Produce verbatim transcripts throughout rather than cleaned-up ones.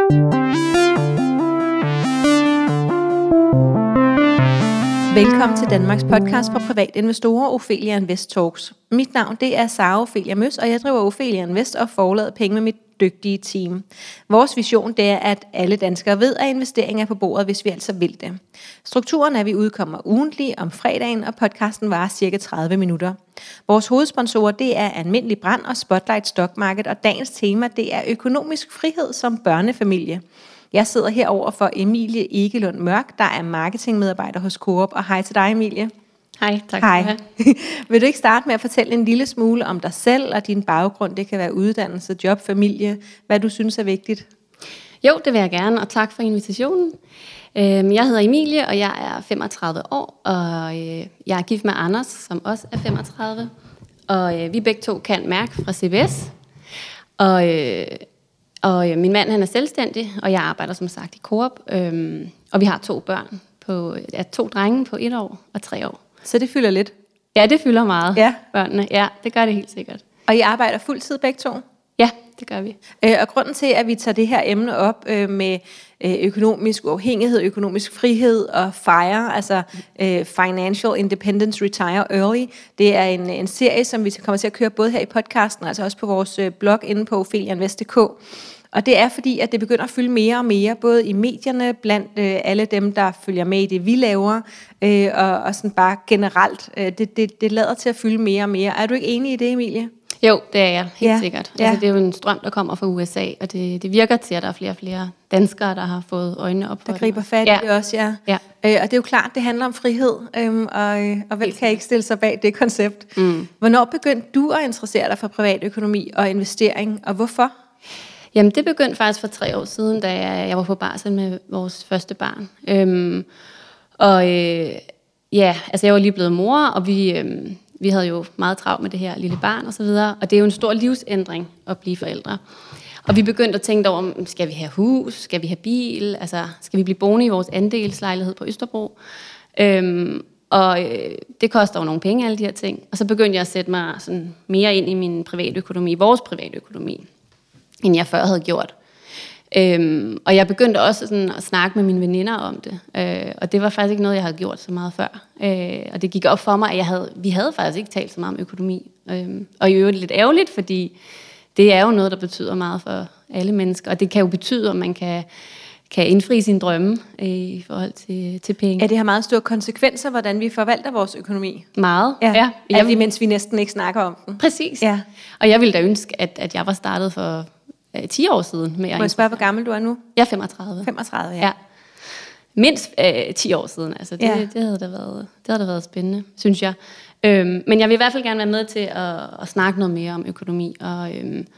Velkommen til Danmarks podcast for private investorer, Ophelia Invest Talks. Mit navn det er Sara Ophelia Møs, og jeg driver Ophelia Invest og forlader penge med mit dygtige team. Vores vision det er, at alle danskere ved, at investering er på bordet, hvis vi altså vil det. Strukturen er, at vi udkommer ugentlig om fredagen, og podcasten varer cirka tredive minutter. Vores hovedsponsorer det er Almindelig Brand og Spotlight Stock Market, og dagens tema det er økonomisk frihed som børnefamilie. Jeg sidder herover for Emilie Egelund Mørk, der er marketingmedarbejder hos Coop, og hej til dig, Emilie. Hej, tak Hej. skal du have. Vil du ikke starte med at fortælle en lille smule om dig selv og din baggrund? Det kan være uddannelse, job, familie, hvad du synes er vigtigt. Jo, det vil jeg gerne, og tak for invitationen. Jeg hedder Emilie, og jeg er femogtredive år, og jeg er gift med Anders, som også er femogtredive. Og vi begge to kan mærke fra C B S. Og, og min mand han er selvstændig, og jeg arbejder som sagt i Coop. Og vi har to børn, på, ja, to drenge på et år og tre år. Så det fylder lidt? Ja, det fylder meget, ja. børnene. Ja, det gør det helt sikkert. Og I arbejder fuldtid begge to? Ja, det gør vi. Øh, og grunden til, at vi tager det her emne op øh, med øh, økonomisk uafhængighed, økonomisk frihed og FIRE, altså øh, Financial Independence Retire Early, det er en, en serie, som vi kommer til at køre både her i podcasten, altså også på vores øh, blog inde på ophelia invest punktum d k. Og det er fordi, at det begynder at fylde mere og mere, både i medierne, blandt øh, alle dem, der følger med i det, vi laver, øh, og, og sådan bare generelt. Øh, det, det, det lader til at fylde mere og mere. Er du ikke enig i det, Emilie? Jo, det er jeg helt ja. sikkert. Ja. Altså, det er jo en strøm, der kommer fra U S A, og det, det virker til, at der er flere og flere danskere, der har fået øjnene op for der griber fat i ja. det også, ja. ja. Øh, og det er jo klart, det handler om frihed, øhm, og, og hvem kan ikke stille sig bag det koncept. Mm. Hvornår begyndte du at interessere dig for privatøkonomi og investering, og hvorfor? Jamen, det begyndte faktisk for tre år siden, da jeg, jeg var på barsel med vores første barn. Øhm, og øh, ja, altså jeg var lige blevet mor, og vi, øh, vi havde jo meget travlt med det her lille barn og så videre. Og det er jo en stor livsændring at blive forældre. Og vi begyndte at tænke over, skal vi have hus, skal vi have bil, altså skal vi blive boende i vores andelslejlighed på Østerbro? Øhm, og øh, det koster jo nogle penge, alle de her ting. Og så begyndte jeg at sætte mig sådan mere ind i min private økonomi, vores private økonomi, end jeg før havde gjort. Øhm, og jeg begyndte også sådan at snakke med mine veninder om det. Øh, og det var faktisk ikke noget, jeg havde gjort så meget før. Øh, og det gik op for mig, at jeg havde, vi havde faktisk ikke talt så meget om økonomi. Øh, og i øvrigt lidt ærgerligt, fordi det er jo noget, der betyder meget for alle mennesker. Og det kan jo betyde, at man kan, kan indfri sine drømme øh, i forhold til, til penge. Ja, det har meget store konsekvenser, hvordan vi forvalter vores økonomi. Meget, ja. ja. Alt imens vi næsten ikke snakker om den. Præcis. Ja. Og jeg ville da ønske, at, at jeg var startet for ti år siden. Med Må jeg spørge, hvor gammel du er nu? Jeg er femogtredive. femogtredive, ja. ja. Mindst øh, ti år siden. Altså, det, ja. det, havde da været, det havde da været spændende, synes jeg. Øhm, men jeg vil i hvert fald gerne være med til at, at snakke noget mere om økonomi. Og, øhm,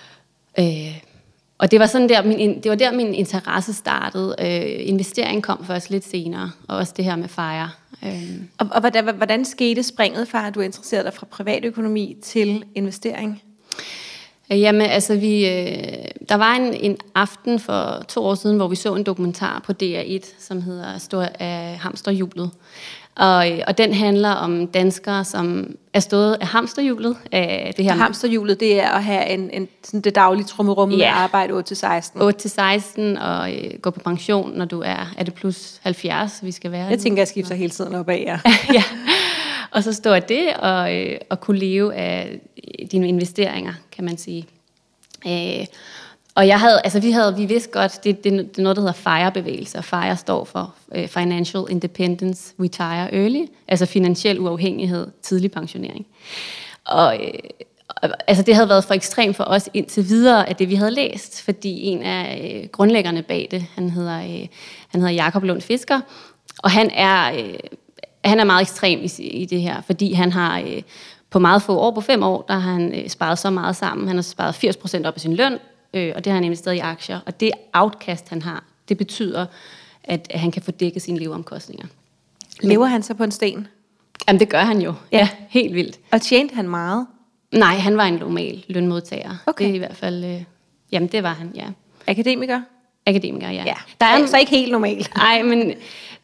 øh, og det var sådan der, min, det var der, min interesse startede. Øh, investering kom først lidt senere, og også det her med FIRE. Øhm. Og, og hvordan, hvordan skete springet fra, at du interesserede dig fra privatøkonomi til investering? Jamen, altså vi, øh, der var en, en aften for to år siden, hvor vi så en dokumentar på D R et, som hedder Stå af hamsterhjulet. Og, og den handler om danskere, som er stået af hamsterhjulet. Af det her. Hamsterhjulet, det er at have en, en, sådan det daglige trummerum med ja. arbejde otte til seksten. otte til seksten og øh, gå på pension, når du er, er det plus halvfjerds, vi skal være. Jeg tænker, jeg skifter hele tiden opad, ja. ja. Og så står det og, øh, og kunne leve af dine investeringer, kan man sige. Øh, og jeg havde, altså vi havde, vi vidste godt, det, det, det er noget, der hedder FIRE-bevægelse, og FIRE står for uh, Financial Independence Retire Early, altså finansiel uafhængighed, tidlig pensionering. Og øh, altså det havde været for ekstremt for os indtil videre af det, vi havde læst, fordi en af øh, grundlæggerne bag det, han hedder, øh, han hedder Jakob Lund Fisker, og han er, øh, han er meget ekstrem i, i det her, fordi han har øh, på meget få år, på fem år, der har han øh, sparet så meget sammen. Han har sparet firs procent op af sin løn, øh, og det har han investeret i aktier. Og det outcast, han har, det betyder, at, at han kan få dækket sine leveomkostninger. Lever han så på en sten? Jamen, det gør han jo. Ja, ja helt vildt. Og tjente han meget? Nej, han var en normal lønmodtager. Okay. Det er i hvert fald, øh, jamen det var han, ja. Akademiker? Akademiker, ja. Ja, der er altså ikke helt normalt. Nej, men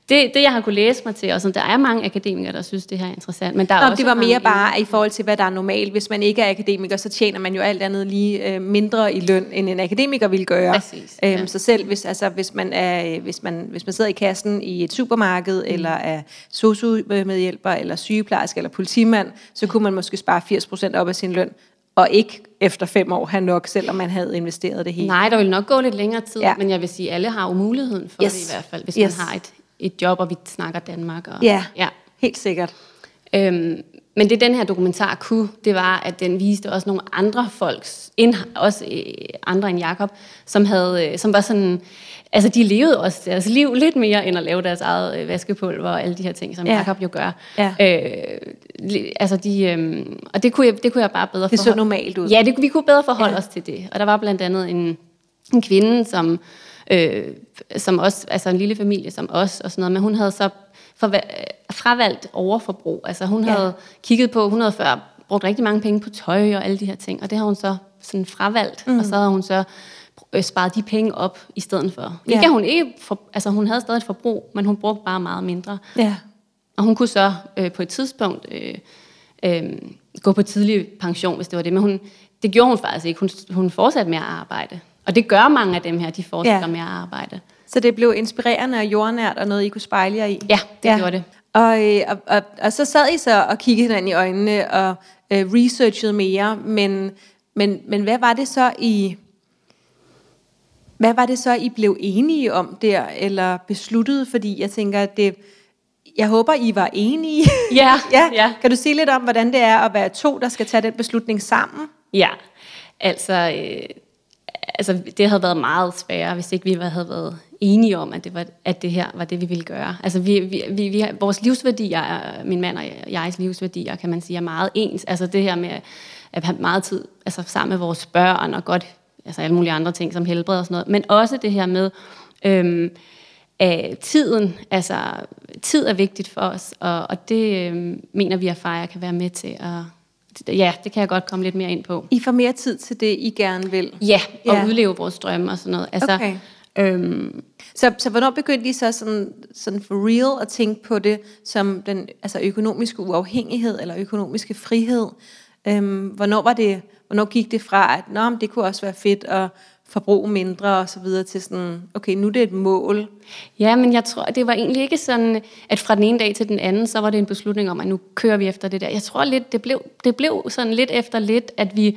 det, det, jeg har kunne læse mig til, og sådan, der er mange akademikere, der synes, det her er interessant. Men der er Nå, også det var mere mange bare i forhold til, hvad der er normalt. Hvis man ikke er akademiker, så tjener man jo alt andet lige øh, mindre i løn, end en akademiker ville gøre. Præcis, øhm, ja. Så selv hvis, altså, hvis, man er, hvis, man, hvis man sidder i kassen i et supermarked, mm. eller er sosu-medhjælper, eller sygeplejerske, eller politimand, så kunne man måske spare firs procent op af sin løn, og ikke efter fem år have nok, selvom man havde investeret det hele. Nej, der vil nok gå lidt længere tid, ja. Men jeg vil sige, at alle har jo muligheden for yes. det i hvert fald, hvis yes. man har et, et job, og vi snakker Danmark. Og, ja, ja, helt sikkert. Øhm, men det den her dokumentar kunne, det var, at den viste også nogle andre folks, ind, også øh, andre end Jakob, som, havde, som var sådan, altså de levede også deres liv lidt mere, end at lave deres eget øh, vaskepulver og alle de her ting, som ja. Jakob jo gør. Ja. Øh, altså de, øh, og det kunne, jeg, det kunne jeg bare bedre forholde. Det så normalt ud. Ja, det, vi kunne bedre forholde ja. os til det. Og der var blandt andet en, en kvinde, som, øh, som også, altså en lille familie som os og sådan noget, men hun havde så fravalgt overforbrug. Altså hun havde ja. kigget på, hun havde før brugt rigtig mange penge på tøj og alle de her ting, og det har hun så sådan fravalgt, mm. og så havde hun så sparet de penge op i stedet for. Ja. Ikke at hun ikke, for, altså hun havde stadig et forbrug, men hun brugte bare meget mindre. Ja. Og hun kunne så øh, på et tidspunkt øh, øh, gå på tidlig pension, hvis det var det, men hun, det gjorde hun faktisk ikke. Hun, hun fortsatte med at arbejde. Og det gør mange af dem her, de fortsætter ja. med at arbejde. Så det blev inspirerende og jordnært, og noget, I kunne spejle jer i? Ja, det ja. gjorde det. Og, og, og, og så sad I så og kiggede hinanden i øjnene og øh, researchede mere, men, men, men hvad var det så, I... Hvad var det så, I blev enige om der, eller besluttede? Fordi jeg tænker, at det... Jeg håber, I var enige. Ja, ja. ja. Kan du sige lidt om, hvordan det er at være to, der skal tage den beslutning sammen? Ja, altså... Øh, altså det havde været meget sværere, hvis ikke vi havde været enige om, at det, var, at det her var det, vi ville gøre. Altså vi, vi, vi, vi, vores livsværdier, min mand og jegs livsværdier, kan man sige, er meget ens. Altså det her med at have meget tid altså sammen med vores børn, og godt, altså alle mulige andre ting, som helbred og sådan noget. Men også det her med øhm, øh, tiden. Altså tid er vigtigt for os, og, og det øhm, mener vi, at Freja kan være med til at... Ja, det kan jeg godt komme lidt mere ind på. I får mere tid til det, I gerne vil? Ja, og ja. udleve vores drømme og sådan noget. Altså, okay. Øhm, så, så hvornår begyndte I så sådan, sådan for real at tænke på det som den altså økonomiske uafhængighed eller økonomiske frihed? Øhm, hvornår var det? Hvornår gik det fra at nå, det kunne også være fedt at forbruge mindre og så videre til sådan, okay, nu er det et mål? Ja, men jeg tror, det var egentlig ikke sådan, at fra den ene dag til den anden, så var det en beslutning om, at nu kører vi efter det der. Jeg tror lidt, det blev, det blev sådan lidt efter lidt, at vi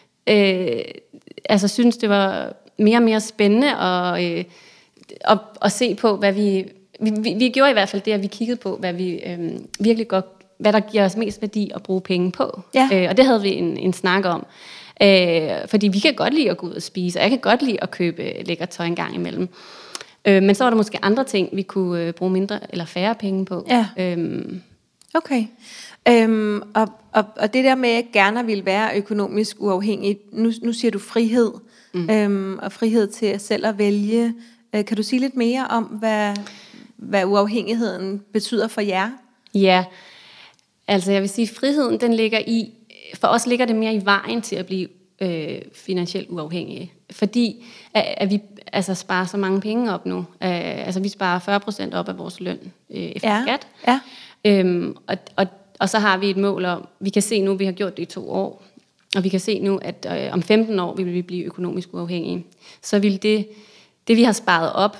øh, altså synes, det var mere og mere spændende at, øh, at, at se på, hvad vi, vi, vi... Vi gjorde i hvert fald det, at vi kiggede på, hvad vi øh, virkelig godt, hvad der giver os mest værdi at bruge penge på. Ja. Øh, og det havde vi en, en snak om. Øh, fordi vi kan godt lide at gå ud og spise, og jeg kan godt lide at købe lækkert tøj en gang imellem. Øh, men så var der måske andre ting, vi kunne øh, bruge mindre eller færre penge på. Ja. Øhm. Okay. Øhm, og, og, og det der med, at jeg gerne vil være økonomisk uafhængig, nu, nu siger du frihed, mm. øhm, og frihed til selv at vælge. Øh, kan du sige lidt mere om, hvad, hvad uafhængigheden betyder for jer? Ja, altså jeg vil sige, at friheden den ligger i, for os ligger det mere i vejen til at blive øh, finansielt uafhængige. Fordi at, at vi altså, sparer så mange penge op nu. Uh, altså vi sparer fyrre procent op af vores løn øh, efter ja. skat. Ja. Øhm, og, og, og så har vi et mål om, vi kan se nu, vi har gjort det i to år, og vi kan se nu, at øh, om femten år vil vi blive økonomisk uafhængige. Så vil det, det vi har sparet op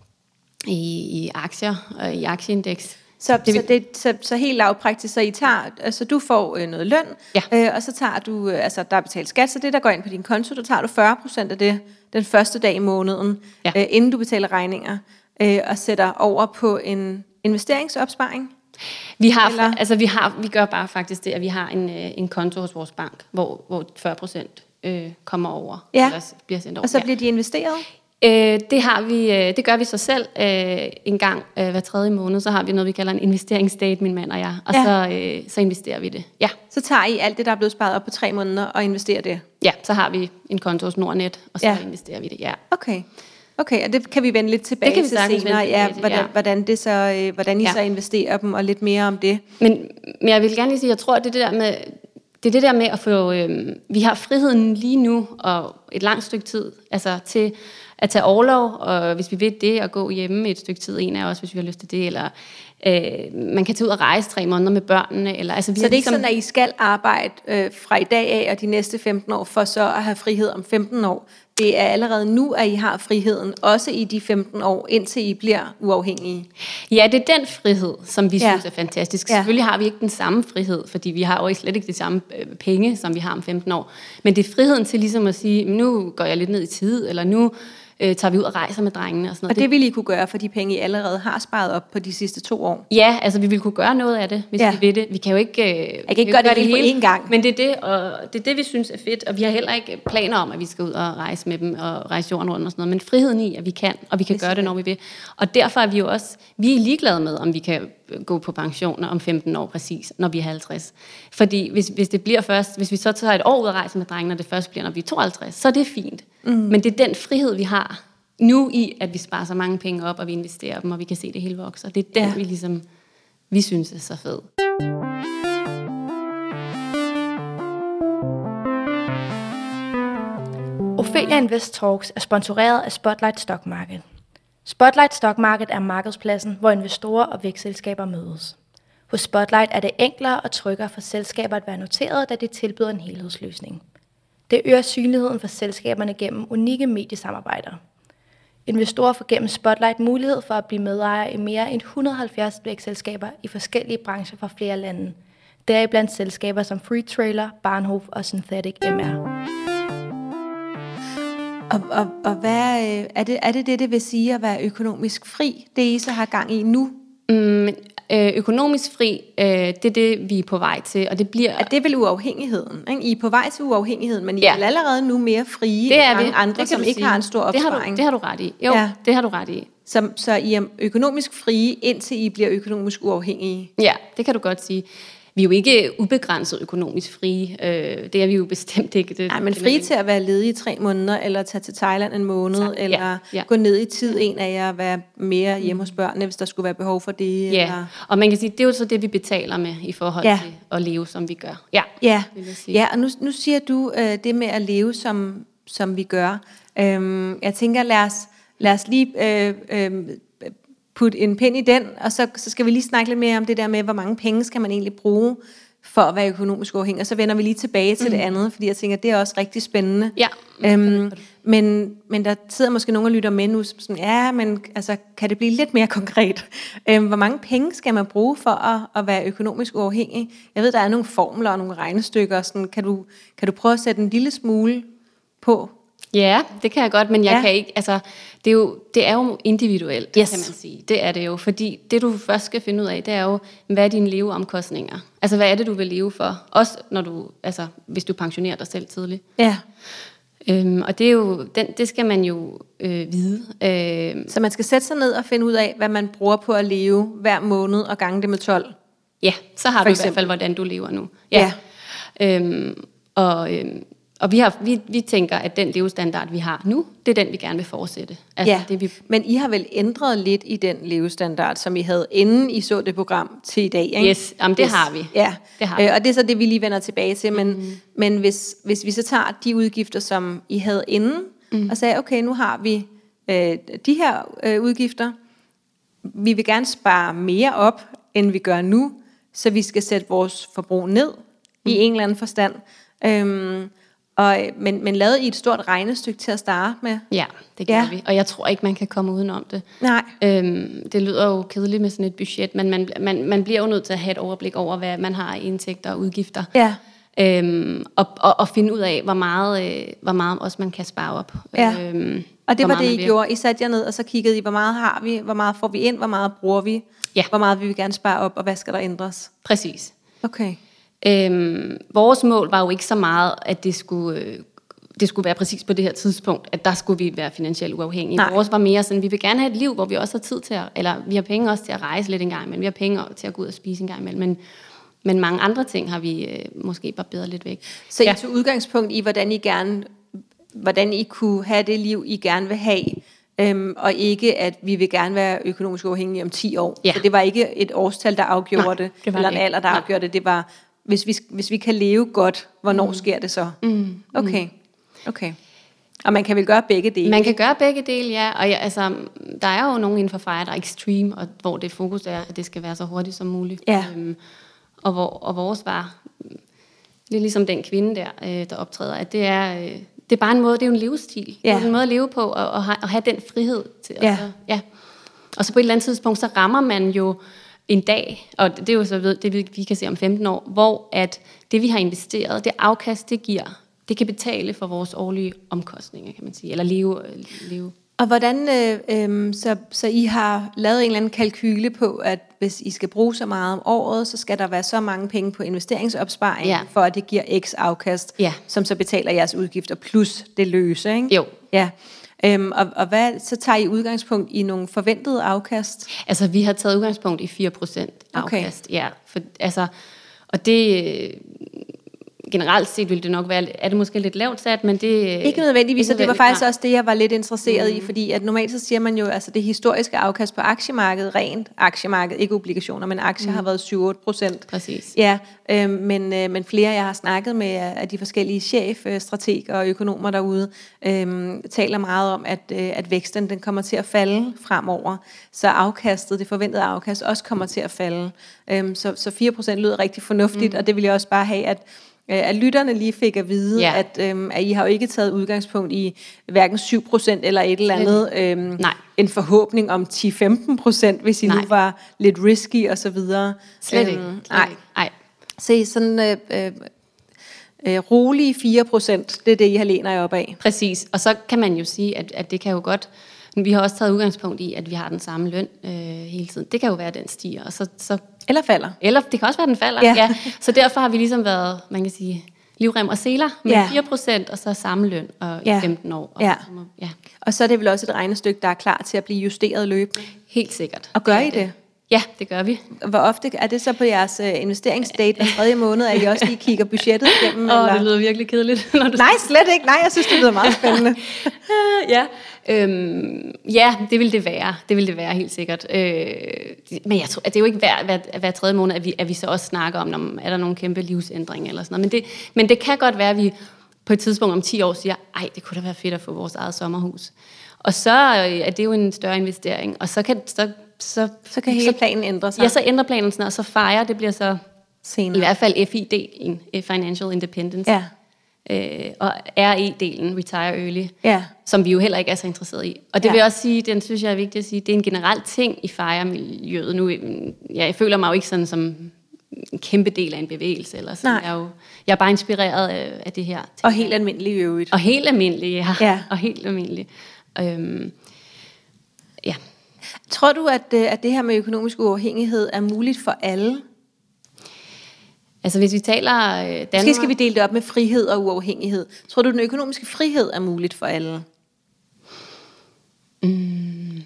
i, i aktier og i aktieindeks, Så, det, så, det, så, så helt lavpraktisk, så I tager, altså du får øh, noget løn, ja. øh, og så tager du, øh, altså der er betalt skat, så det der går ind på din konto, der tager du fyrre procent af det den første dag i måneden, ja. øh, inden du betaler regninger, øh, og sætter over på en investeringsopsparing. Vi har, Eller? altså vi har, vi gør bare faktisk det, at vi har en, en konto hos vores bank, hvor, hvor fyrre procent øh, kommer over, ja. eller bliver sendt over. Og så bliver de investeret? Øh, det har vi, øh, det gør vi så selv øh, en gang øh, hver tredje måned, så har vi noget, vi kalder en investeringsdate, min mand og jeg, og ja. så, øh, så investerer vi det. Ja. Så tager I alt det, der er blevet sparet op på tre måneder, og investerer det? Ja, så har vi en konto hos Nordnet, og så ja. investerer vi det, ja. Okay. Okay, og det kan vi vende lidt tilbage til senere, ja, hvordan, ja. hvordan, det så, øh, hvordan I ja. så investerer dem, og lidt mere om det. Men, men jeg vil gerne lige sige, jeg tror, at det der med, det er det der med at få, øh, vi har friheden lige nu, og et langt stykke tid, altså til at tage orlov, og hvis vi vil det, at gå hjemme et stykke tid, en af os, hvis vi har lyst til det, eller øh, man kan tage ud og rejse tre måneder med børnene. Eller, altså, vi så det er ligesom, ikke sådan, at I skal arbejde øh, fra i dag af, og de næste femten år, for så at have frihed om femten år? Det er allerede nu, at I har friheden, også i de femten år, indtil I bliver uafhængige? Ja, det er den frihed, som vi ja. synes er fantastisk. Ja. Selvfølgelig har vi ikke den samme frihed, fordi vi har jo slet ikke de samme penge, som vi har om femten år. Men det er friheden til ligesom at sige, nu går jeg lidt ned i tid, eller nu øh, tager vi ud og rejser med drengene. Og sådan noget. Og det vil I kunne gøre, for de penge, I allerede har sparet op på de sidste to år? Ja, altså vi vil kunne gøre noget af det, hvis ja. vi vil det. Vi kan jo ikke, øh, jeg kan ikke gøre det, det hele på én gang. Men det er det, og det er det, vi synes er fedt. Og vi har heller ikke planer om, at vi skal ud og rejse med dem og rejse jorden rundt og sådan noget. Men friheden i, at vi kan, og vi kan det gøre det, når vi vil. Og derfor er vi jo også, vi er ligeglade med, om vi kan gå på pension om femten år præcis, når vi er halvtreds. Fordi hvis, hvis det bliver først, hvis vi så tager et år ud og rejse med drengene, og det først bliver, når vi er tooghalvtreds, så er det fint. Mm. Men det er den frihed, vi har nu i, at vi sparer så mange penge op, og vi investerer dem, og vi kan se det hele vokser. Det er den, ja. vi ligesom, vi synes er så fed. Ophelia Invest Talks er sponsoreret af Spotlight Stock Market. Spotlight Stock Market er markedspladsen, hvor investorer og vækstselskaber mødes. Hos Spotlight er det enklere og tryggere for selskaber at være noteret, da de tilbyder en helhedsløsning. Det øger synligheden for selskaberne gennem unikke mediesamarbejder. Investorer får gennem Spotlight mulighed for at blive medejer i mere end et hundrede og halvfjerds vækstselskaber i forskellige brancher fra flere lande. Deriblandt selskaber som Freetrailer, Bahnhof og Synthetic M R. Og, og, og hvad, er, det, er det det, det vil sige at være økonomisk fri, det I så har gang i nu? Mm, økonomisk fri, øh, det er det, vi er på vej til, og det bliver... Er det vel uafhængigheden? Ikke? I er på vej til uafhængigheden, men I ja. er allerede nu mere frie det er end mange vi. andre, som ikke sige. har en stor opsparing. Det har du, det har du ret i. Jo, ja. det har du ret i. Så, så I er økonomisk frie, indtil I bliver økonomisk uafhængige? Ja, det kan du godt sige. Vi er jo ikke ubegrænset økonomisk frie. Øh, det er vi jo bestemt ikke. Det, Nej, men frie til at være ledig i tre måneder, eller tage til Thailand en måned, så, eller ja, ja. gå ned i tid, en af jer, være mere hjemme hos børnene, hvis der skulle være behov for det. Ja, eller... og man kan sige, det er jo så det, vi betaler med i forhold ja. til at leve, som vi gør. Ja, ja. ja og nu, nu siger du øh, det med at leve, som, som vi gør. Øhm, jeg tænker, lad os, lad os lige... Øh, øh, putte en pind i den, og så, så skal vi lige snakke lidt mere om det der med, hvor mange penge skal man egentlig bruge for at være økonomisk uafhængig, og så vender vi lige tilbage til mm. det andet, fordi jeg tænker, det er også rigtig spændende. Ja. Øhm, men, men der sidder måske nogen og lytter med nu, som ja, men altså, kan det blive lidt mere konkret? Øhm, hvor mange penge skal man bruge for at, at være økonomisk uafhængig? Jeg ved, der er nogle formler og nogle regnestykker, sådan, kan, du, kan du prøve at sætte en lille smule på? Ja, det kan jeg godt, men jeg ja. kan ikke, altså, det er jo, det er jo individuelt, yes. kan man sige. Det er det jo, fordi det du først skal finde ud af, det er jo, hvad er dine leveomkostninger? Altså, hvad er det, du vil leve for? Også når du, altså, hvis du pensionerer dig selv tidligt. Ja. Øhm, og det er jo, den, det skal man jo øh, vide. Øh, Så man skal sætte sig ned og finde ud af, hvad man bruger på at leve hver måned og gange det med tolv? Ja, så har du i hvert fald, hvordan du lever nu. Ja. ja. Øhm, og... Øhm, Og vi, har, vi, vi tænker, at den levestandard, vi har nu, det er den, vi gerne vil fortsætte. Altså, ja, det, vi... men I har vel ændret lidt i den levestandard, som I havde, inden I så det program til i dag, ikke? Yes, jamen, det yes. har vi. Ja, det har vi. Øh, og det er så det, vi lige vender tilbage til. Men, mm. men hvis, hvis vi så tager de udgifter, som I havde inden, mm. og sagde, okay, nu har vi øh, de her øh, udgifter. Vi vil gerne spare mere op, end vi gør nu, så vi skal sætte vores forbrug ned mm. i en eller anden forstand. Øhm, Og, men, men lavede I et stort regnestykke til at starte med? Ja, det gør ja. vi. Og jeg tror ikke, man kan komme udenom det. Nej. Øhm, det lyder jo kedeligt med sådan et budget, men man, man, man bliver jo nødt til at have et overblik over, hvad man har i indtægter og udgifter. Ja. Øhm, og, og, og finde ud af, hvor meget, øh, hvor meget også man kan spare op. Ja. Øhm, og det var det, I gjorde. I satte jer ned, og så kiggede I, hvor meget har vi, hvor meget får vi ind, hvor meget bruger vi, ja. hvor meget vil vi gerne spare op, og hvad skal der ændres? Præcis. Okay. Øhm, vores mål var jo ikke så meget, at det skulle, øh, det skulle være præcis på det her tidspunkt, at der skulle vi være finansielt uafhængige. Nej. Vores var mere sådan, vi vil gerne have et liv, hvor vi også har tid til at, eller vi har penge også til at rejse lidt en gang imellem, vi har penge til at gå ud og spise en gang imellem, men, men mange andre ting har vi øh, måske bare bedre lidt væk. Så ja. I tog udgangspunkt i, hvordan I gerne, hvordan I kunne have det liv, I gerne vil have, øhm, og ikke, at vi vil gerne være økonomisk uafhængige om ti år. Ja. Så det var ikke et årstal, der afgjorde Nej, det, det var eller det en alder, der Nej. afgjorde det. Det var, hvis vi, hvis vi kan leve godt, hvornår mm. sker det så? Mm. Okay, okay. Og man kan vel gøre begge dele? Man kan gøre begge dele, ja. Og ja, altså, der er jo nogen inden for FIRE, der er extreme, og hvor det fokus er, at det skal være så hurtigt som muligt. Ja. Øhm, og, hvor, og vores var lidt ligesom den kvinde der, øh, der optræder, at det er, øh, det er bare en måde, det er jo en livsstil. Ja. Det er en måde at leve på, og, og, have, og have den frihed til. Ja. Og, så, ja. og så på et eller andet tidspunkt, så rammer man jo en dag, og det er jo så ved, det vi, vi kan se om femten år, hvor at det vi har investeret, det afkast, det giver, det kan betale for vores årlige omkostninger, kan man sige, eller leve. leve. Og hvordan, øh, øh, så, så I har lavet en eller anden kalkyle på, at hvis I skal bruge så meget om året, så skal der være så mange penge på investeringsopsparing, ja. For at det giver x afkast, ja. Som så betaler jeres udgifter, plus det løse, ikke? Jo. Ja. Øhm, og, og hvad, så tager I udgangspunkt i nogle forventede afkast? Altså, vi har taget udgangspunkt i fire procent afkast, okay. Ja. For, altså, og det... Generelt set ville det nok være, er det måske lidt lavt sat, men det... Ikke nødvendigvis, og det var faktisk også det, jeg var lidt interesseret mm. i, fordi at normalt så siger man jo, altså det historiske afkast på aktiemarkedet, rent aktiemarked, ikke obligationer, men aktier mm. har været syv til otte procent. Præcis. Ja, øh, men, øh, men flere, jeg har snakket med af de forskellige chefstrateger og økonomer derude, øh, taler meget om, at, øh, at væksten den kommer til at falde fremover, så afkastet, det forventede afkast, også kommer til at falde. Øh, så, så fire procent lyder rigtig fornuftigt, mm. og det vil jeg også bare have, at at lytterne lige fik at vide, ja. at, øhm, at I har jo ikke taget udgangspunkt i hverken syv procent eller et eller andet, øhm, en forhåbning om ti til femten procent, hvis I nej. Nu var lidt risky og så videre. Slet øhm, ikke. Slet nej. ikke. Nej. Så I sådan øh, øh, øh, rolige fire procent, det er det, I har læner jer op af. Præcis, og så kan man jo sige, at, at det kan jo godt, vi har også taget udgangspunkt i, at vi har den samme løn øh, hele tiden. Det kan jo være, at den stiger, og så... så Eller falder. Eller det kan også være, den falder, ja. Ja. Så derfor har vi ligesom været, man kan sige, livrem og seler med ja. fire procent, og så samme løn og ja. femten år. Og, ja. så, ja. Og så er det vel også et regnestykke, der er klar til at blive justeret løbende? Helt sikkert. Og gør I det? Ja, det gør vi. Hvor ofte er det så på jeres uh, investeringsdate hver tredje måned, at I også lige kigger budgettet igennem? Åh, oh, det lyder virkelig kedeligt. Når du nej, slet ikke. Nej, jeg synes, det lyder meget spændende. ja, øhm, ja, det vil det være. Det vil det være helt sikkert. Øh, men jeg tror, at det er jo ikke hver, hver, hver tredje måned, at vi, at vi så også snakker om, om er der nogle kæmpe livsændringer eller sådan noget. Men det, men det kan godt være, at vi på et tidspunkt om ti år siger, ej, det kunne da være fedt at få vores eget sommerhus. Og så er det jo en større investering, og så kan så Så, så kan hele planen ændre sig. Ja, så ændrer planen sådan, og så FIRE, det bliver så senere. I hvert fald F I-delen, Financial Independence, ja. øh, og R E-delen, Retire Early, ja. som vi jo heller ikke er så interesseret i. Og det ja. vil jeg også sige, den synes jeg er vigtigt at sige, det er en generel ting i FIRE-miljøet. Nu, ja, jeg føler mig jo ikke sådan som en kæmpe del af en bevægelse, eller sådan. Jeg er jo, jeg er bare inspireret af, af det her. Og helt almindelig i øvrigt. Og helt almindelig, ja. ja. Og helt almindelig. Øhm, ja. Tror du, at, at det her med økonomisk uafhængighed er muligt for alle? Altså hvis vi taler Danmark... Måske skal vi dele det op med frihed og uafhængighed. Tror du, den økonomiske frihed er muligt for alle? Mm.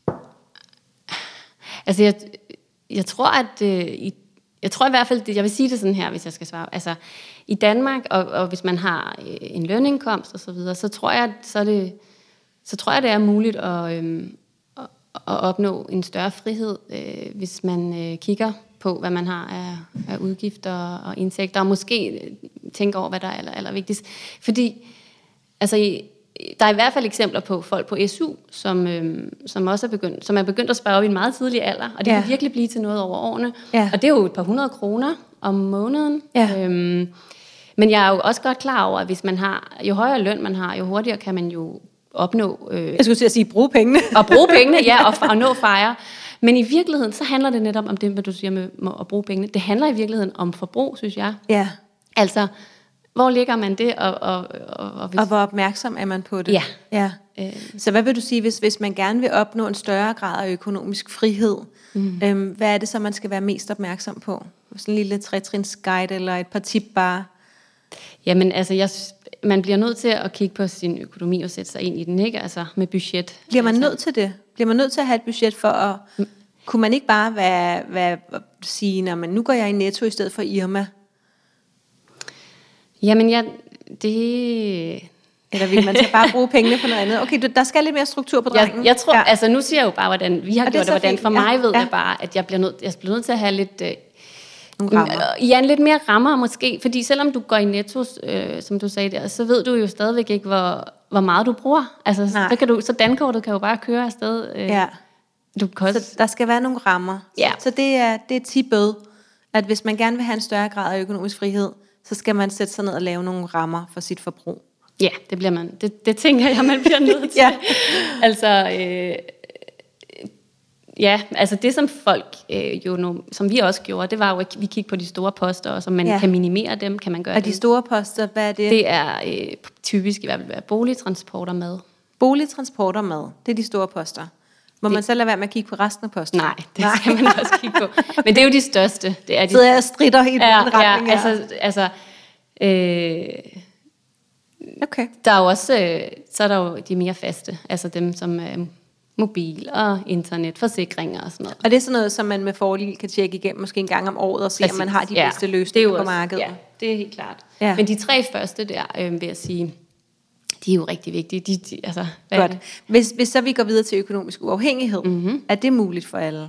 Altså jeg, jeg tror, at... Øh, jeg tror i hvert fald, jeg vil sige det sådan her, hvis jeg skal svare. Altså i Danmark, og, og hvis man har en lønindkomst og så videre, så tror jeg, så er det, så tror jeg, det er muligt at... Øh, at opnå en større frihed, øh, hvis man øh, kigger på, hvad man har af, af udgifter og indtægter, og måske øh, tænker over, hvad der er aller, aller vigtigst. Fordi altså, i, der er i hvert fald eksempler på folk på S U, som, øh, som også er begyndt, som er begyndt at spare op i en meget tidlig alder, og det ja. kan virkelig blive til noget over årene. Ja. Og det er jo et par hundrede kroner om måneden. Ja. Øhm, men jeg er jo også godt klar over, at hvis man har, jo højere løn man har, jo hurtigere kan man jo opnå... Øh, jeg skulle sige, bruge pengene. og bruge pengene, ja, og, og nå FIRE. Men i virkeligheden, så handler det netop om det, hvad du siger med, med at bruge pengene. Det handler i virkeligheden om forbrug, synes jeg. Ja. Altså, hvor ligger man det? Og, og, og, og, hvis... og hvor opmærksom er man på det? Ja. ja. Øh. Så hvad vil du sige, hvis, hvis man gerne vil opnå en større grad af økonomisk frihed, mm. øhm, hvad er det så, man skal være mest opmærksom på? Sådan en lille tretrins guide eller et par tip bare? Jamen, altså, jeg... man bliver nødt til at kigge på sin økonomi og sætte sig ind i den, ikke? Altså med budget. Bliver man altså. nødt til det? Bliver man nødt til at have et budget for at... Mm. Kunne man ikke bare være, være, sige, når man nu går jeg i Netto i stedet for Irma? Jamen, jeg... Det... Eller vil man skal bare bruge pengene på noget andet? Okay, der skal lidt mere struktur på drengen. Jeg, jeg tror, ja. altså nu siger jeg jo bare, hvordan vi har gjort det, hvordan for mig ja. ved ja. jeg bare, at jeg bliver nødt, jeg bliver nødt til at have lidt... Nogle rammer? Ja, lidt mere rammer måske, fordi selvom du går i Netto, øh, som du sagde der, så ved du jo stadigvæk ikke, hvor, hvor meget du bruger. Altså, så, kan du, så dankortet kan jo bare køre afsted. Øh, ja. Du kan også... Så der skal være nogle rammer. Ja. Så, så det er, det er tip-bød, at hvis man gerne vil have en større grad af økonomisk frihed, så skal man sætte sig ned og lave nogle rammer for sit forbrug. Ja, det bliver man. Det, det tænker jeg, man bliver nødt til. ja. Altså, øh, ja, altså det som folk øh, jo nu, som vi også gjorde, det var jo, at vi kiggede på de store poster, og så man ja. kan minimere dem, kan man gøre. Og de store poster, hvad er det? Det er øh, typisk i hvert fald boligtransport og mad. Boligtransport og mad, det er de store poster. Må det, man så lade være med at kigge på resten af posten? Nej, det Nej. skal man også kigge på. Men det er jo de største. Det er de, så jeg stritter i den ja, retning ja, her. altså, altså øh, okay. Der er jo også, øh, så er der jo de mere faste, altså dem som øh, mobil og internet, forsikringer og sådan noget. Og det er sådan noget, som man med fordel kan tjekke igennem måske en gang om året og se, Præcis. om man har de ja, bedste løsninger på også, markedet. Ja, det er helt klart. Ja. Men de tre første der, øh, vil jeg sige, de er jo rigtig vigtige. De, de, altså, Godt. Hvis, hvis så vi går videre til økonomisk uafhængighed, mm-hmm. er det muligt for alle?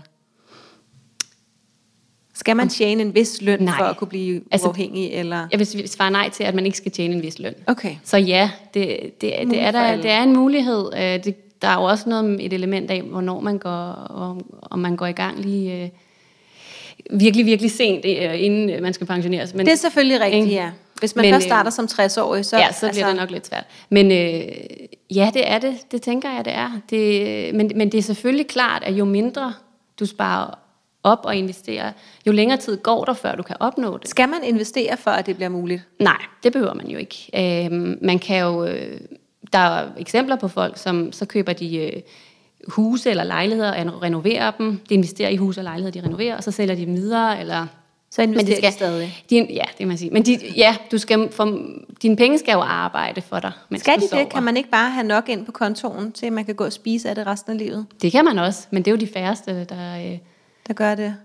Skal man tjene en vis løn nej. for at kunne blive uafhængig? Altså, eller? Jeg vil svare nej til, at man ikke skal tjene en vis løn. Okay. Så ja, det, det, det, er, der, det er en mulighed. Det, der er jo også noget, et element af, hvornår man går, om, om man går i gang lige uh, virkelig, virkelig sent, uh, inden man skal pensioneres. Men, det er selvfølgelig rigtigt, ja. Hvis man men, først starter som tres-årig, så... Ja, så bliver altså, det nok lidt svært. Men øh, ja, det er det. Det tænker jeg, det er. Det, men, men det er selvfølgelig klart, at jo mindre du sparer op og investerer, jo længere tid går der, før du kan opnå det. Skal man investere, for at det bliver muligt? Nej, det behøver man jo ikke. Øh, man kan jo... Øh, der er eksempler på folk, som så køber de øh, huse eller lejligheder og renoverer dem. De investerer i huse og lejligheder, de renoverer, og så sælger de dem videre, eller... Så investerer de stadig? De, ja, det kan man sige. Men de, ja, du skal, for, dine penge skal jo arbejde for dig, mens skal du de sover. det? Kan man ikke bare have nok ind på kontoen, til at man kan gå og spise af det resten af livet? Det kan man også, men det er jo de færreste, der... Øh, der gør det?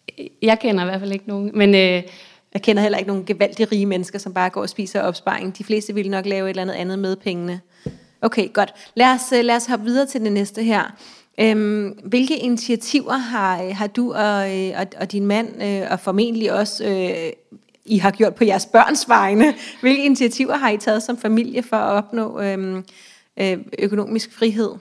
Jeg kender i hvert fald ikke nogen, men... Øh, jeg kender heller ikke nogen gevaldigt rige mennesker, som bare går og spiser opsparing. De fleste vil nok lave et eller andet andet med pengene. Okay, godt. Lad os, lad os hoppe videre til det næste her. Øhm, hvilke initiativer har, har du og, og, og din mand, øh, og formentlig også øh, I har gjort på jeres børns vegne? Hvilke initiativer har I taget som familie for at opnå øh, øh, økonomisk frihed?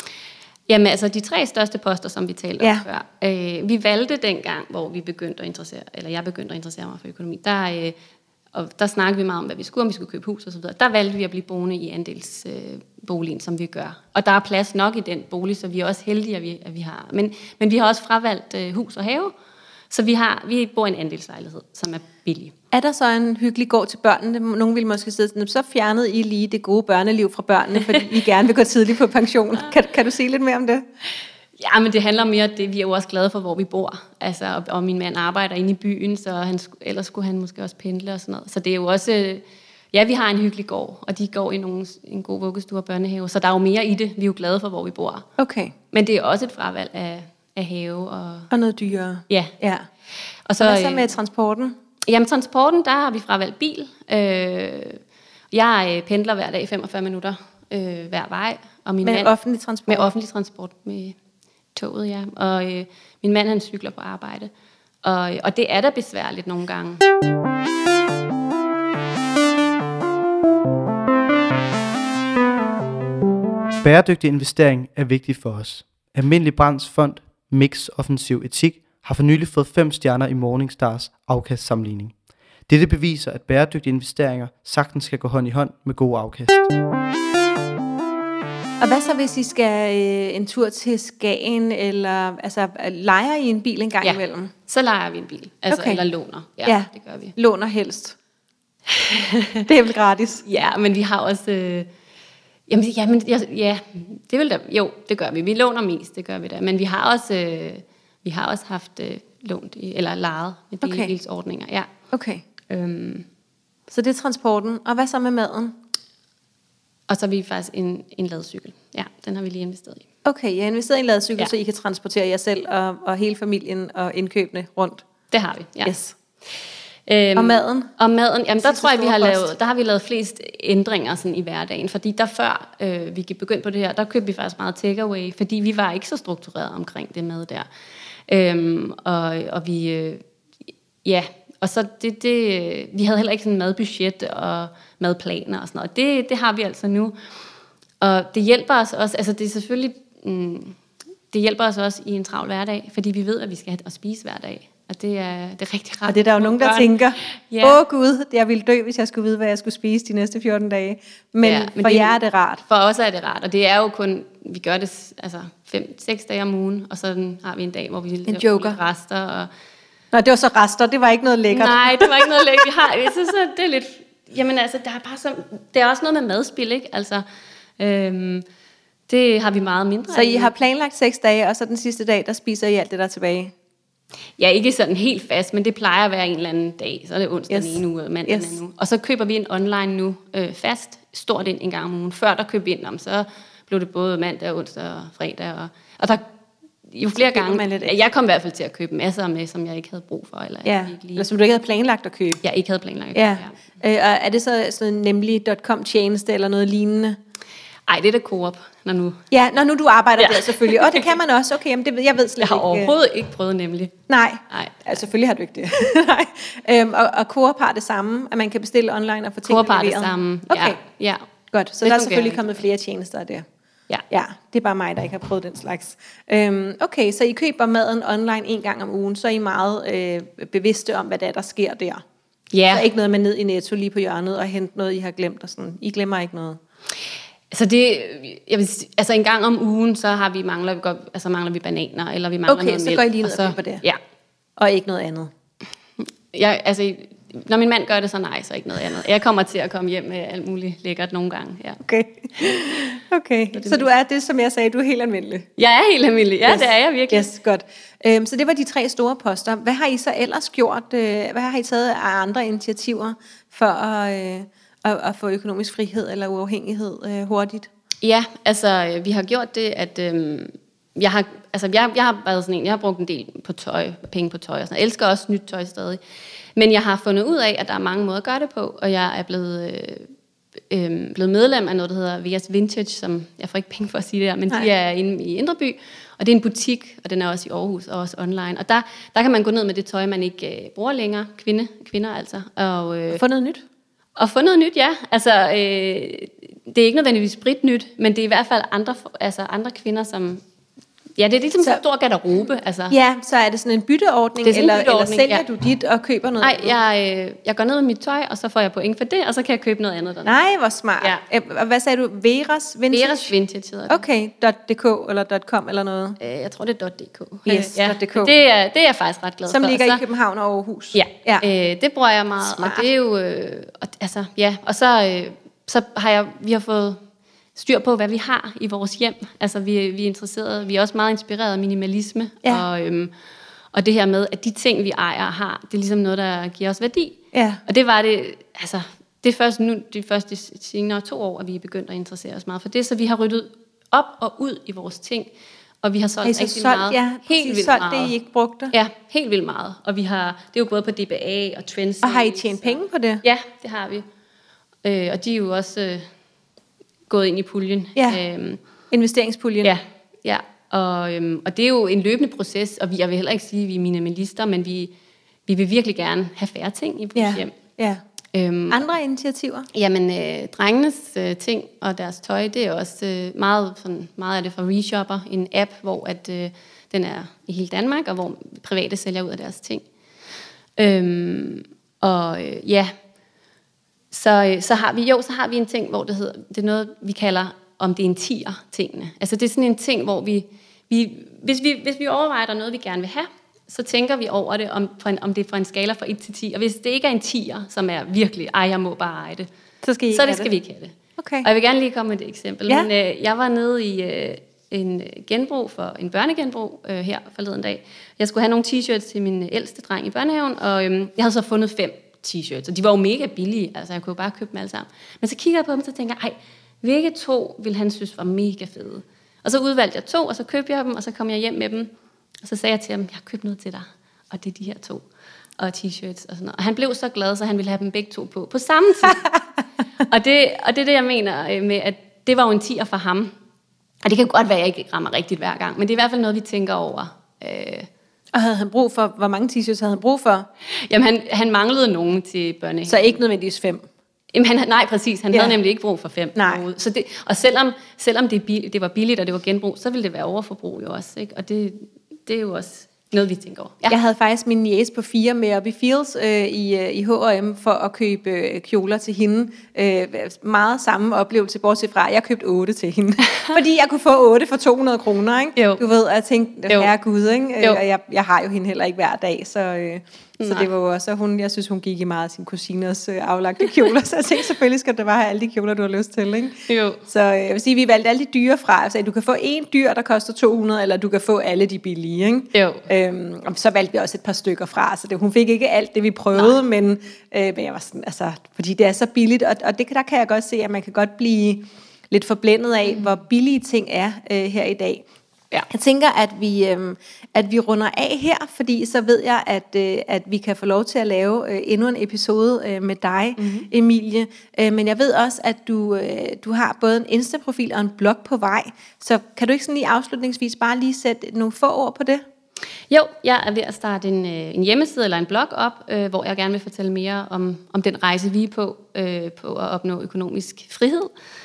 Jamen altså de tre største poster, som vi talte ja. om før. Øh, vi valgte dengang, hvor vi begyndte at interessere, eller jeg begyndte at interessere mig for økonomi, der, øh, og der snakkede vi meget om, hvad vi skulle, om vi skulle købe hus og så videre. Der valgte vi at blive boende i andelsboligen, øh, som vi gør. Og der er plads nok i den bolig, så vi er også heldige, at vi, at vi har. Men, men vi har også fravalgt øh, hus og have, så vi, har, vi bor i en andelslejlighed, som er billig. Er der så en hyggelig gård til børnene? Nogen vil måske sige, så fjernede I lige det gode børneliv fra børnene, fordi I gerne vil gå tidligt på pension. Kan, kan du sige lidt mere om det? Ja, men det handler mere om det. Vi er jo også glade for, hvor vi bor. Altså, og, og min mand arbejder inde i byen, så han, ellers skulle han måske også pendle og sådan noget. Så det er jo også... Ja, vi har en hyggelig gård, og de går i nogle, en god vuggestue og børnehave, så der er jo mere i det. Vi er jo glade for, hvor vi bor. Okay. Men det er også et fravalg af, af have. Og, og noget dyrere. Ja. ja. Og så, og hvad så med transporten? Jamen, transporten, der har vi fravalgt bil. Øh, jeg pendler hver dag femogfyrre minutter øh, hver vej. Og min med mand, offentlig transport? Med offentlig transport, med toget, ja. Og øh, min mand, han cykler på arbejde. Og, og det er da besværligt nogle gange. Bæredygtig investering er vigtig for os. Almindelig Brands Fond Mix Offensiv Etik har for nylig fået fem stjerner i Morningstars afkastsammenligning. Dette beviser, at bæredygtige investeringer sagtens skal gå hånd i hånd med gode afkast. Og hvad så, hvis I skal øh, en tur til Skagen, eller altså, lejer I en bil en gang ja, imellem? Så lejer vi en bil, altså, okay. Eller låner. Ja, ja, det gør vi. Låner helst. Det er vel gratis? Ja, men vi har også... Øh, jamen, ja, men, ja, ja, det vil da... Jo, det gør vi. Vi låner mest, det gør vi da. Men vi har også, øh, vi har også haft øh, lånt, i, eller lejet med delbilsordninger. Ja. Okay. Øhm, så det er transporten. Og hvad så med maden? Og så har vi faktisk en, en ladcykel. Ja, den har vi lige investeret i. Okay, jeg har investeret i en ladcykel, ja. Så I kan transportere jer selv og, og hele familien og indkøbene rundt. Det har vi, ja. Yes. Øhm, og maden? Og maden, jamen der tror jeg, vi har lavet, der har vi lavet flest ændringer sådan i hverdagen. Fordi der før øh, vi gik begyndt på det her, der købte vi faktisk meget takeaway, fordi vi var ikke så struktureret omkring det med der. Øhm, og, og vi... Øh, ja, og så det, det, vi havde heller ikke sådan madbudget og madplaner og sådan noget. Det, det har vi altså nu. Og det hjælper os også, altså det er selvfølgelig, mm, det hjælper os også i en travl hverdag, fordi vi ved, at vi skal have at spise hver dag. Og det er, det er rigtig rart. Og det er der jo nogen, der børn. tænker, Ja. åh Gud, jeg ville dø, hvis jeg skulle vide, hvad jeg skulle spise de næste fjorten dage. Men, ja, men for det, jer er det rart. For os er det rart, og det er jo kun, vi gør det altså fem, seks dage om ugen, og så har vi en dag, hvor vi en laver joker. rester. Og Nå, det var så rester, det var ikke noget lækkert. nej, det var ikke noget lækkert. Vi har, jeg synes, at det er lidt, jamen altså, der er bare så, det er også noget med madspil, ikke? Altså, øhm, det har vi meget mindre Så I af. har planlagt seks dage, og så den sidste dag, der spiser I alt det, der er tilbage? Ja, ikke sådan helt fast, men det plejer at være en eller anden dag. Så er det onsdag Yes. en uge, og mandag Yes. en uge. Og så køber vi en online nu øh, fast, stort ind en gang om ugen. Før der købte vi ind om, så blev det både mandag, onsdag og fredag. Og, og der jo flere køber gange, man lidt jeg kom i hvert fald til at købe masser med, som jeg ikke havde brug for. Eller, Ja, jeg ikke lige, eller som du ikke havde planlagt at købe? jeg ikke havde planlagt. Ja. Øh, og er det så sådan en nemlig punktum com tjeneste eller noget lignende? Ej, det er da Coop, når nu. Ja, når nu du arbejder Ja. der selvfølgelig. Og det kan man også. Okay, jamen det ved jeg ved slet Jeg har ikke. overhovedet ikke prøvet nemlig. Nej, Nej. altså, selvfølgelig har du ikke det. Nej. Øhm, og, og Coop har det samme, at man kan bestille online og få tingene Coop har det leveret. samme. Okay, Ja, ja. godt. Så Det der er fungerer selvfølgelig rigtig kommet flere tjenester der. Ja. Ja, det er bare mig, der ikke har prøvet den slags. Øhm, okay, så I køber maden online en gang om ugen, så er I meget øh, bevidste om, hvad der, er, der sker der. Ja. Så ikke noget med ned i Netto lige på hjørnet og hente noget, I har glemt og sådan. I glemmer ikke noget. Altså det, jeg vil, sige- altså en gang om ugen, så har vi mangler vi godt, altså mangler vi bananer, eller vi mangler Okay, noget så mælk. går I lige ned og og køber det. Ja. Og ikke noget andet. Jeg, altså, når min mand gør det, så nej, så ikke noget andet. Jeg kommer til at komme hjem med alt muligt lækkert nogle gange. Ja. Okay. Okay, så, så du er det, som jeg sagde, du er helt almindelig. Jeg er helt almindelig. Ja, Yes. det er jeg virkelig. Yes, godt. Øhm, så det var de tre store poster. Hvad har I så ellers gjort? Øh, hvad har I taget af andre initiativer for at, øh, at, at få økonomisk frihed eller uafhængighed øh, hurtigt? Ja, altså øh, vi har gjort det, at øh, jeg har, altså jeg, jeg har været sådan en, jeg har brugt en del på tøj, penge på tøj og sådan. Jeg elsker også nyt tøj stadig. Men jeg har fundet ud af, at der er mange måder at gøre det på, og jeg er blevet, øh, øh, blevet medlem af noget, der hedder V S Vintage, som jeg får ikke penge for at sige det her, men Nej. de er inde i Indre By, og det er en butik, og den er også i Aarhus og også online. Og der, der kan man gå ned med det tøj, man ikke øh, bruger længere, kvinde, kvinder altså. Og, øh, Få noget nyt? Og få noget nyt, ja. Altså, øh, det er ikke nødvendigvis spritnyt, men det er i hvert fald andre, altså andre kvinder, som... Ja, det er ligesom så, en stor garderobe. Altså. Ja, så er det sådan en bytteordning, Det er sådan en eller, bytteordning, eller sælger ja. du dit og køber noget Nej, andet? jeg, øh, jeg går ned med mit tøj, og så får jeg point for det, og så kan jeg købe noget andet dernede. Nej, hvor smart. Ja. Øh, og hvad sagde du? Veras Vintage? Veras Vintage hedder det. Okay, .dk eller .com eller noget? Øh, jeg tror, det er .dk. Yes, ja, .dk. Det er, det er jeg faktisk ret glad Som for. ligger og så, i København og Aarhus? Ja, ja. ja. Øh, det bruger jeg meget. Smart. Og det er jo... Øh, og, altså, ja, og så, øh, så har jeg, vi har fået styr på, hvad vi har i vores hjem. Altså, vi, vi er interesserede, vi er også meget inspireret af minimalisme, Ja. og, øhm, og det her med, at de ting, vi ejer og har, det er ligesom noget, der giver os værdi. Ja. Og det var det, altså, det er først nu, de første senere to år, at vi er begyndt at interessere os meget for det, så vi har ryddet op og ud i vores ting, og vi har solgt Har I så rigtig solgt, meget. ja, helt vildt solgt meget. det, I ikke brugte? Ja, helt vildt meget. Og vi har, det er jo både på D B A og Trends. Og har I tjent penge på det? Ja, det har vi. Øh, og de er jo også øh, gået ind i puljen. Ja. Øhm, Investeringspuljen? ja, ja. Og, øhm, og det er jo en løbende proces, og vi, jeg vil heller ikke sige, at vi er minimalister, men vi, vi vil virkelig gerne have færre ting i vores Ja. hjem. Ja. Øhm, Andre initiativer? Jamen, øh, drengenes øh, ting og deres tøj, det er også øh, meget, sådan, meget af det fra Reshopper, en app, hvor at, øh, den er i hele Danmark, og hvor private sælger ud af deres ting. Øhm, og øh, ja, så, øh, så har vi jo, så har vi en ting, hvor det hedder, det er noget, vi kalder, om det er en tier tingene. Altså det er sådan en ting, hvor vi, vi, hvis vi, hvis vi overvejer, der er noget, vi gerne vil have, så tænker vi over det, om, for en, om det er fra en skala fra et til ti. Og hvis det ikke er en tier, som er virkelig, ej, jeg må bare eje det, Så skal I så ikke det have skal vi ikke have det. Okay. Og jeg vil gerne lige komme med et eksempel. Ja. Men, øh, jeg var nede i øh, en genbrug, for en børnegenbrug øh, her forleden dag. Jeg skulle have nogle t-shirts til min ældste dreng i børnehaven, og øh, jeg havde så fundet fem t-shirts, og de var jo mega billige, altså jeg kunne jo bare købe dem alle sammen. Men så kigger jeg på dem, så tænker jeg, ej, hvilke to ville han synes var mega fede? Og så udvalgte jeg to, og så købte jeg dem, og så kom jeg hjem med dem, og så sagde jeg til ham, jeg har købt noget til dig, og det er de her to, og t-shirts og sådan noget. Og han blev så glad, så han ville have dem begge to på, på samme tid. og, det, og det er det, jeg mener med, at det var jo en tier for ham. Og det kan godt være, at jeg ikke rammer rigtigt hver gang, men det er i hvert fald noget, vi tænker over, øh, Og havde han brug for, hvor mange t-shirts havde han brug for? Jamen, han, han manglede nogen til børnehaven. Så ikke nødvendigvis fem? Jamen, han, nej, præcis. Han ja. havde nemlig ikke brug for fem. Nej. Så det, og selvom, selvom det, bil, det var billigt, og det var genbrug, så ville det være overforbrug jo også. Ikke? Og det, det er jo også noget, vi tænker over. Ja. Jeg havde faktisk min niece på fire med op i Fields øh, i, i H og M for at købe øh, kjoler til hende. Øh, meget samme oplevelse, bortset fra, at jeg købte otte til hende. Fordi jeg kunne få otte for to hundrede kroner, ikke? Jo. Du ved, og jeg tænkte, herregud, ikke? Jo. Og jeg, jeg har jo hende heller ikke hver dag, så... Øh, Så det var jo også, hun, jeg synes, hun gik i meget af sin kusiners øh, aflagte kjoler, så jeg tænkte, selvfølgelig skal det bare have alle de kjoler, du har lyst til, ikke? Jo. Så øh, jeg vil sige, vi valgte alle de dyre fra, altså du kan få en dyr, der koster to hundrede, eller du kan få alle de billige, ikke? Jo. Øhm, og så valgte vi også et par stykker fra, så det, hun fik ikke alt det, vi prøvede, men, øh, men jeg var sådan, altså, fordi det er så billigt, og, og det, der kan jeg godt se, at man kan godt blive lidt forblændet af, mm. hvor billige ting er øh, her i dag. Ja. Jeg tænker, at vi, øh, at vi runder af her, fordi så ved jeg, at, øh, at vi kan få lov til at lave øh, endnu en episode øh, med dig, mm-hmm. Emilie. Øh, men jeg ved også, at du, øh, du har både en Insta-profil og en blog på vej. Så kan du ikke sådan lige afslutningsvis bare lige sætte nogle få ord på det? Jo, jeg er ved at starte en, en hjemmeside eller en blog op, øh, hvor jeg gerne vil fortælle mere om, om den rejse, vi er på, øh, på at opnå økonomisk frihed.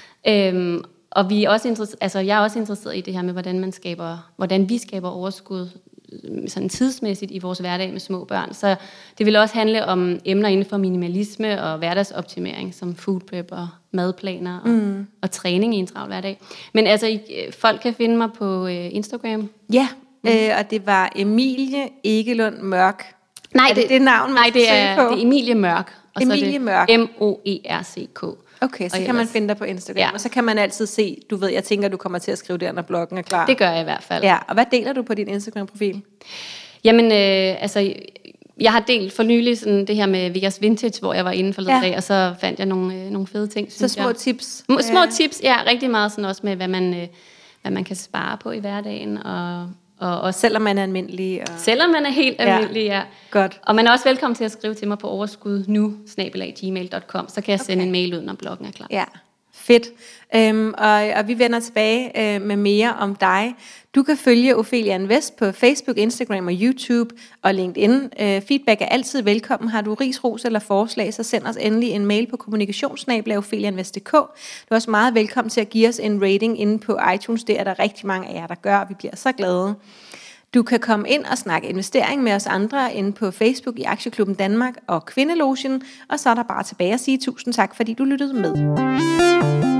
Øh, Og vi er også altså jeg er også interesseret i det her med, hvordan man skaber, hvordan vi skaber overskud sådan tidsmæssigt i vores hverdag med små børn. Så det vil også handle om emner inden for minimalisme og hverdagsoptimering, som food prep og madplaner og, mm. og træning i en travl hverdag. Men altså, folk kan finde mig på øh, Instagram. Ja, mm. øh, og det var Emilie Egelund Mørk. Nej, er det, det, det navn, man nej, det er, på? det er Emilie Mørk. Og Emilie så er det Mørk. M O E R C K. Okay, så og kan ellers. man finde dig på Instagram, Ja. og så kan man altid se, du ved, jeg tænker, du kommer til at skrive der, når bloggen er klar. Det gør jeg i hvert fald. Ja, og hvad deler du på din Instagram-profil? Jamen, øh, altså, jeg har delt for nylig sådan det her med Vickers Vintage, hvor jeg var inde for lidt Ja. dag, og så fandt jeg nogle, øh, nogle fede ting, Så synes små jeg. tips. Små, små Ja. tips, ja, rigtig meget sådan også med, hvad man, øh, hvad man kan spare på i hverdagen, og, og også Selvom man er almindelig. Og... selvom man er helt Ja. almindelig, ja. Godt. Og man er også velkommen til at skrive til mig på overskud nu snabel-a gmail punktum com, så kan jeg sende Okay. en mail ud, når bloggen er klar. Ja, fedt. Øhm, og, og vi vender tilbage øh, med mere om dig. Du kan følge Ophelia Invest på Facebook, Instagram og YouTube og LinkedIn. Øh, feedback er altid velkommen. Har du ris, ros eller forslag, så send os endelig en mail på kommunikationssnabel-a ophelia invest punktum d k. Du er også meget velkommen til at give os en rating inde på iTunes. Det er der rigtig mange af jer, der gør, og vi bliver så glade. Du kan komme ind og snakke investering med os andre inde på Facebook i Aktieklubben Danmark og Kvindelogen. Og så er der bare tilbage at sige tusind tak, fordi du lyttede med.